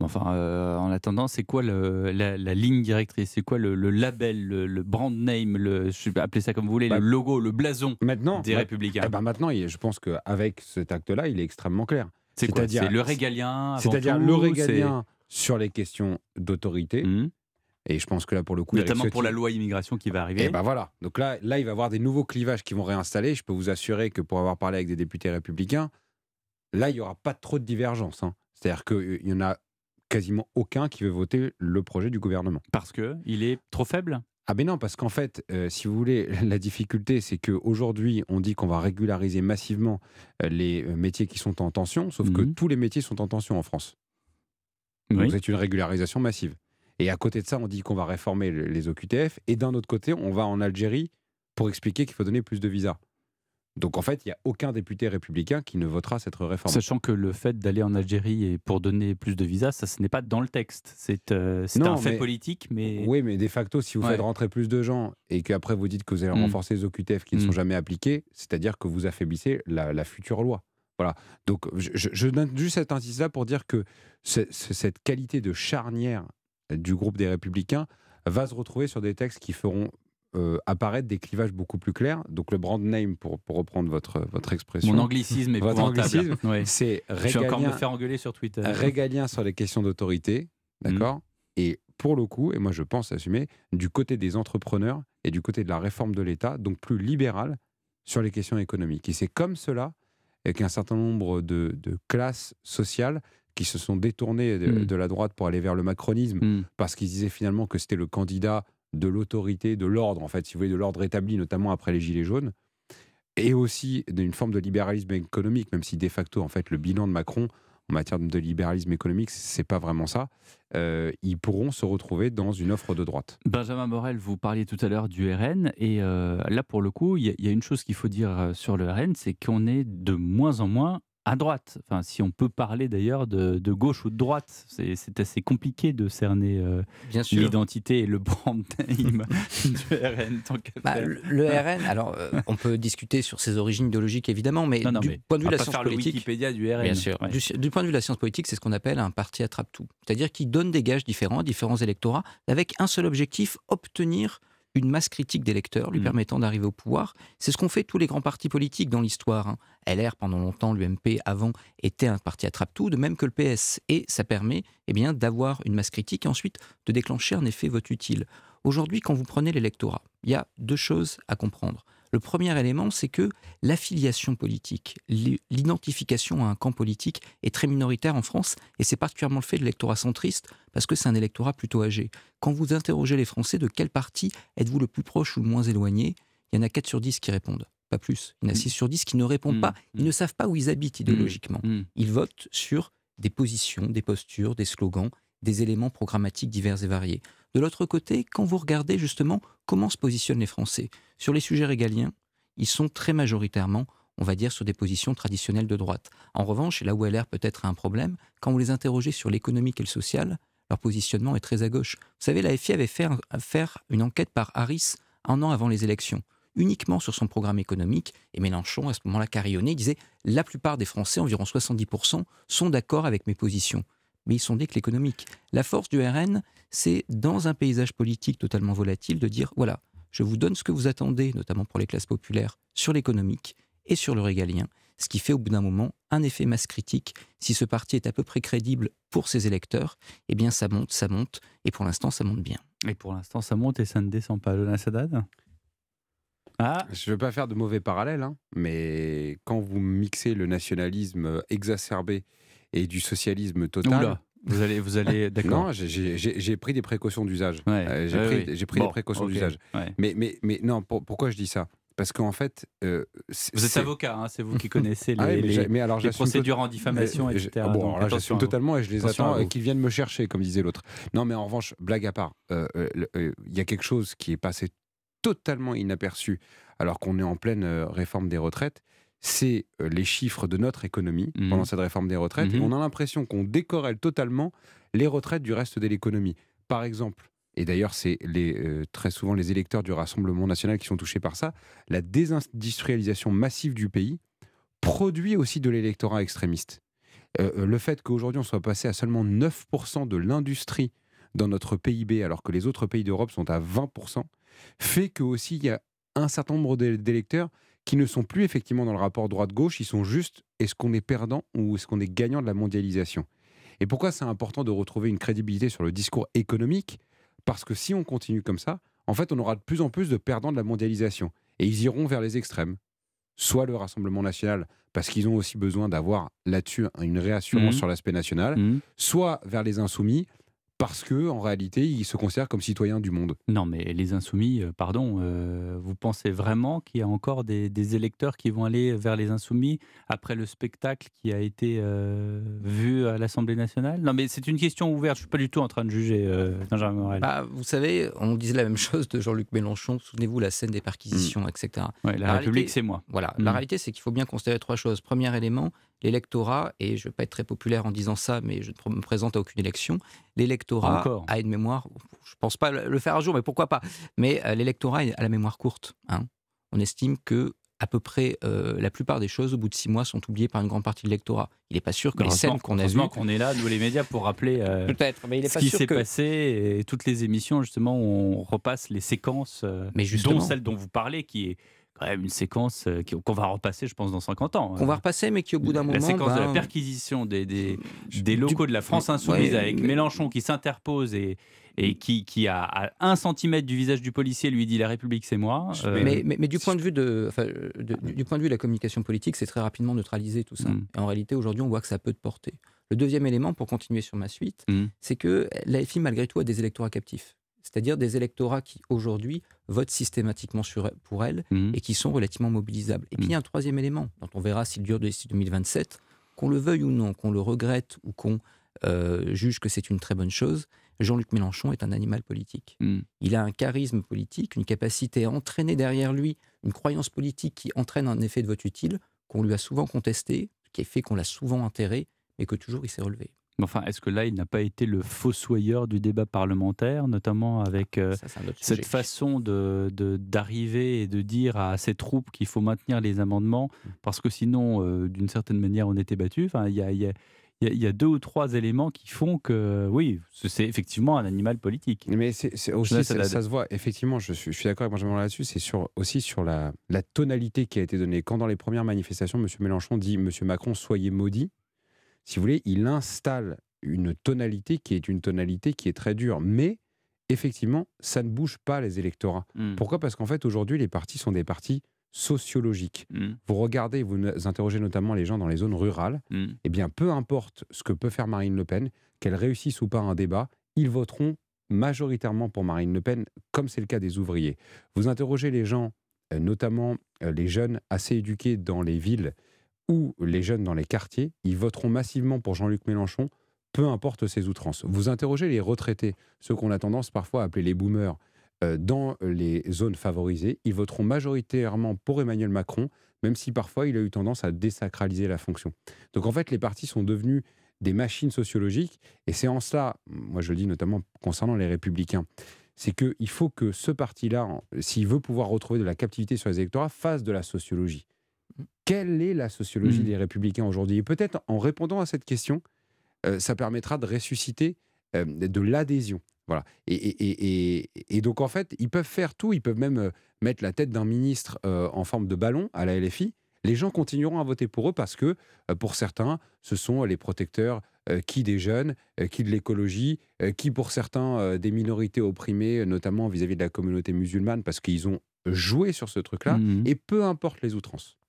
Enfin, en attendant, c'est quoi la ligne directrice? C'est quoi le label, le brand name, appelez ça comme vous voulez, le Bah, logo, le blason maintenant, des Républicains? maintenant, je pense qu'avec cet acte-là, il est extrêmement clair. C'est quoi? C'est C'est-à-dire, le régalien avant c'est-à-dire le tout? C'est régalien sur les questions d'autorité. Mmh. Et je pense que là, pour le coup, Éric Notamment pour Ciotti, la loi immigration qui va et arriver. ben voilà. Donc là, il va y avoir des nouveaux clivages qui vont réinstaller. Je peux vous assurer que pour avoir parlé avec des députés républicains, là, il n'y aura pas trop de divergence, hein. C'est-à-dire qu'il y en a quasiment aucun qui veut voter le projet du gouvernement. Parce qu'il est trop faible? Ah ben non, parce qu'en fait, si vous voulez, la difficulté, c'est qu'aujourd'hui, on dit qu'on va régulariser massivement les métiers qui sont en tension, sauf que Mmh. tous les métiers sont en tension en France. Donc Oui. c'est une régularisation massive. Et à côté de ça, on dit qu'on va réformer les OQTF, et d'un autre côté, on va en Algérie pour expliquer qu'il faut donner plus de visas. Donc en fait, il n'y a aucun député républicain qui ne votera cette réforme. Sachant que le fait d'aller en Algérie et pour donner plus de visas, ça, ce n'est pas dans le texte. C'est un Non, fait mais politique, mais oui, mais de facto, si vous ouais. faites rentrer plus de gens et qu'après vous dites que vous allez Mmh. renforcer les OQTF qui ne sont Mmh. jamais appliqués, c'est-à-dire que vous affaiblissez la future loi. Voilà. Donc je donne juste cet indice-là pour dire que cette qualité de charnière du groupe des Républicains va se retrouver sur des textes qui feront apparaître des clivages beaucoup plus clairs. Donc le brand name, pour reprendre votre Mon expression, anglicisme votre épouvantable. anglicisme, Ouais. c'est Je vais encore me régalien, faire engueuler sur Twitter. régalien sur les questions d'autorité, Mmh. d'accord. Et pour le coup, et moi je pense assumer, du côté des entrepreneurs et du côté de la réforme de l'État, donc plus libéral sur les questions économiques. Et c'est comme cela qu'un certain nombre de classes sociales qui se sont détournées Mmh. de la droite pour aller vers le macronisme, Mmh. parce qu'ils disaient finalement que c'était le candidat de l'autorité, de l'ordre, en fait, si vous voulez, de l'ordre établi, notamment après les Gilets jaunes, et aussi d'une forme de libéralisme économique, même si de facto, en fait, le bilan de Macron en matière de libéralisme économique, c'est pas vraiment ça. Ils pourront se retrouver dans une offre de droite. Benjamin Morel, vous parliez tout à l'heure du RN, et là, pour le coup, il y a une chose qu'il faut dire sur le RN, c'est qu'on est de moins en moins à droite. Enfin, si on peut parler d'ailleurs de gauche ou de droite, c'est assez compliqué de cerner Bien sûr. l'identité et le brand name du RN, tant qu'à Bah, faire. le RN, alors on peut discuter sur ses origines idéologiques évidemment, mais Non, du mais point de vue on de va la pas science faire le politique, Wikipédia du RN. bien sûr, Ouais. du point de vue de la science politique, c'est ce qu'on appelle un parti attrape-tout. C'est-à-dire qu'il donne des gages différents à différents électorats, avec un seul objectif, obtenir une masse critique d'électeurs lui Mhm. permettant d'arriver au pouvoir. C'est ce qu'ont fait tous les grands partis politiques dans l'histoire, hein. LR pendant longtemps, l'UMP avant, était un parti attrape-tout, de même que le PS. Et ça permet bien, d'avoir une masse critique et ensuite de déclencher un effet vote utile. Aujourd'hui, quand vous prenez l'électorat, il y a deux choses à comprendre. Le premier élément, c'est que l'affiliation politique, l'identification à un camp politique est très minoritaire en France, et c'est particulièrement le fait de l'électorat centriste, parce que c'est un électorat plutôt âgé. Quand vous interrogez les Français de quel parti êtes-vous le plus proche ou le moins éloigné, il y en a 4 sur 10 qui répondent, pas plus. Il y en a 6 sur 10 qui ne répondent pas, ils ne savent pas où ils habitent idéologiquement. Mhm. Ils votent sur des positions, des postures, des slogans, des éléments programmatiques divers et variés. De l'autre côté, quand vous regardez justement comment se positionnent les Français sur les sujets régaliens, ils sont très majoritairement, on va dire, sur des positions traditionnelles de droite. En revanche, et là où LR peut-être a un problème, quand vous les interrogez sur l'économique et le social, leur positionnement est très à gauche. Vous savez, la FI avait fait une enquête par Harris un an avant les élections, uniquement sur son programme économique, et Mélenchon, à ce moment-là, carillonnait, disait « La plupart des Français, environ 70%, sont d'accord avec mes positions ». Mais ils sondait que l'économique. La force du RN, c'est dans un paysage politique totalement volatile de dire voilà, je vous donne ce que vous attendez, notamment pour les classes populaires, sur l'économique et sur le régalien, ce qui fait au bout d'un moment un effet masse critique. Si ce parti est à peu près crédible pour ses électeurs, eh bien ça monte, et pour l'instant ça monte bien. Et pour l'instant, ça monte et ça ne descend pas. Jonas Haddad ? Ah, Je ne veux pas faire de mauvais parallèles, hein, mais quand vous mixez le nationalisme exacerbé et du socialisme total... oula, vous allez, d'accord. Non, j'ai pris des précautions d'usage. Ouais, J'ai pris Bon, des précautions ok, d'usage. ouais. Mais non, pourquoi je dis ça? Parce qu'en fait... Vous êtes avocat, hein, c'est vous qui connaissez Ah oui, mais alors, les j'assume procédures en diffamation, etc. Bon, Donc, alors là, attention j'assume à vous. totalement et je les Attention à attends et vous. qu'ils viennent me chercher, comme disait l'autre. Non, mais en revanche, blague à part, il y a quelque chose qui est passé totalement inaperçu alors qu'on est en pleine réforme des retraites, c'est les chiffres de notre économie pendant cette réforme des retraites. Et on a l'impression qu'on décorrèle totalement les retraites du reste de l'économie. Par exemple, et d'ailleurs c'est très souvent les électeurs du Rassemblement national qui sont touchés par ça, la désindustrialisation massive du pays produit aussi de l'électorat extrémiste. Le fait qu'aujourd'hui on soit passé à seulement 9% de l'industrie dans notre PIB, alors que les autres pays d'Europe sont à 20%, fait que aussi il y a un certain nombre d'électeurs qui ne sont plus effectivement dans le rapport droite-gauche, ils sont juste, est-ce qu'on est perdant ou est-ce qu'on est gagnant de la mondialisation? Et pourquoi c'est important de retrouver une crédibilité sur le discours économique? Parce que si on continue comme ça, en fait, on aura de plus en plus de perdants de la mondialisation. Et ils iront vers les extrêmes. Soit le Rassemblement national, parce qu'ils ont aussi besoin d'avoir là-dessus une réassurance Mmh. sur l'aspect national, Mmh. soit vers les insoumis, parce qu'en réalité, ils se considèrent comme citoyens du monde. Non, mais les insoumis, pardon, vous pensez vraiment qu'il y a encore des électeurs qui vont aller vers les insoumis après le spectacle qui a été vu à l'Assemblée nationale? Non, mais c'est une question ouverte. Je suis pas du tout en train de juger Benjamin Morel. Bah, vous savez, on disait la même chose de Jean-Luc Mélenchon. Souvenez-vous la scène des perquisitions, etc. Ouais, la La République, réalité- c'est moi. Voilà. Mm. La réalité, c'est qu'il faut bien considérer trois choses. Premier élément, l'électorat, et je ne vais pas être très populaire en disant ça, mais je ne me présente à aucune élection. L'électorat Encore. a une mémoire, je ne pense pas le faire un jour, mais pourquoi pas. Mais l'électorat a la mémoire courte. Hein. On estime que à peu près la plupart des choses, au bout de 6 mois, sont oubliées par une grande partie de l'électorat. Il n'est pas sûr que les scènes qu'on a vues... Heureusement qu'on est là, nous les médias, pour rappeler Peut-être, mais il n'est ce pas qui sûr s'est que... passé et toutes les émissions, justement, où on repasse les séquences, Mais justement. dont celle dont vous parlez, qui est quand même une séquence qu'on va repasser, je pense, dans 50 ans. Qu'on va repasser, mais qui au bout d'un moment... La séquence de la ben, perquisition des locaux de la France Insoumise ouais, avec mais- Mélenchon qui s'interpose et qui à 1 centimètre du visage du policier lui dit « La République, c'est moi ». Mais du point de vue du point de vue de la communication politique, c'est très rapidement neutralisé tout ça. Mm. Et en réalité, aujourd'hui, on voit que ça a peu de portée. Le deuxième élément, pour continuer sur ma suite, Mm. c'est que l'AFI, malgré tout, a des électorats captifs. C'est-à-dire des électorats qui, aujourd'hui, votent systématiquement pour elle et qui sont relativement mobilisables. Et puis, il y a un troisième élément, dont on verra s'il dure d'ici 2027, qu'on le veuille ou non, qu'on le regrette ou qu'on juge que c'est une très bonne chose, Jean-Luc Mélenchon est un animal politique. Mm. Il a un charisme politique, une capacité à entraîner derrière lui une croyance politique qui entraîne un effet de vote utile qu'on lui a souvent contesté, qui a fait qu'on l'a souvent enterré, mais que toujours il s'est relevé. Mais enfin, est-ce que là, il n'a pas été le fossoyeur du débat parlementaire, notamment avec Ça, c'est un autre cette sujet. façon d'arriver et de dire à ses troupes qu'il faut maintenir les amendements, parce que sinon, d'une certaine manière, on était battu. Enfin, il y a 2 ou 3 éléments qui font que, oui, c'est effectivement un animal politique. Mais c'est aussi, Là, ça se voit, effectivement, je suis d'accord avec Benjamin là-dessus, c'est aussi sur la tonalité qui a été donnée. Quand dans les premières manifestations, M. Mélenchon dit « M. Macron, soyez maudit », si vous voulez, il installe une tonalité qui est très dure. Mais, effectivement, ça ne bouge pas les électorats. Mm. Pourquoi ? Parce qu'en fait, aujourd'hui, les partis sont des partis sociologiques. Mm. Vous regardez, vous interrogez notamment les gens dans les zones rurales, Mm. eh bien, peu importe ce que peut faire Marine Le Pen, qu'elle réussisse ou pas un débat, ils voteront majoritairement pour Marine Le Pen, comme c'est le cas des ouvriers. Vous interrogez les gens, notamment les jeunes assez éduqués dans les villes ou les jeunes dans les quartiers, ils voteront massivement pour Jean-Luc Mélenchon, peu importe ses outrances. Vous interrogez les retraités, ceux qu'on a tendance parfois à appeler les boomers, dans les zones favorisées, ils voteront majoritairement pour Emmanuel Macron, même si parfois il a eu tendance à désacraliser la fonction. Donc en fait, les partis sont devenus des machines sociologiques, et c'est en cela, moi je le dis notamment concernant les Républicains, c'est qu'il faut que ce parti-là, s'il veut pouvoir retrouver de la captivité sur les électorats, fasse de la sociologie. Quelle est la sociologie des Républicains aujourd'hui ? Et peut-être en répondant à cette question, ça permettra de ressusciter de l'adhésion. Voilà. Et donc, en fait, ils peuvent faire tout. Ils peuvent même mettre la tête d'un ministre en forme de ballon à la LFI. Les gens continueront à voter pour eux parce que, pour certains, ce sont les protecteurs qui des jeunes, qui de l'écologie, qui pour certains des minorités opprimées, notamment vis-à-vis de la communauté musulmane, parce qu'ils ont joué sur ce truc-là. Mm. Et peu importe les outrances.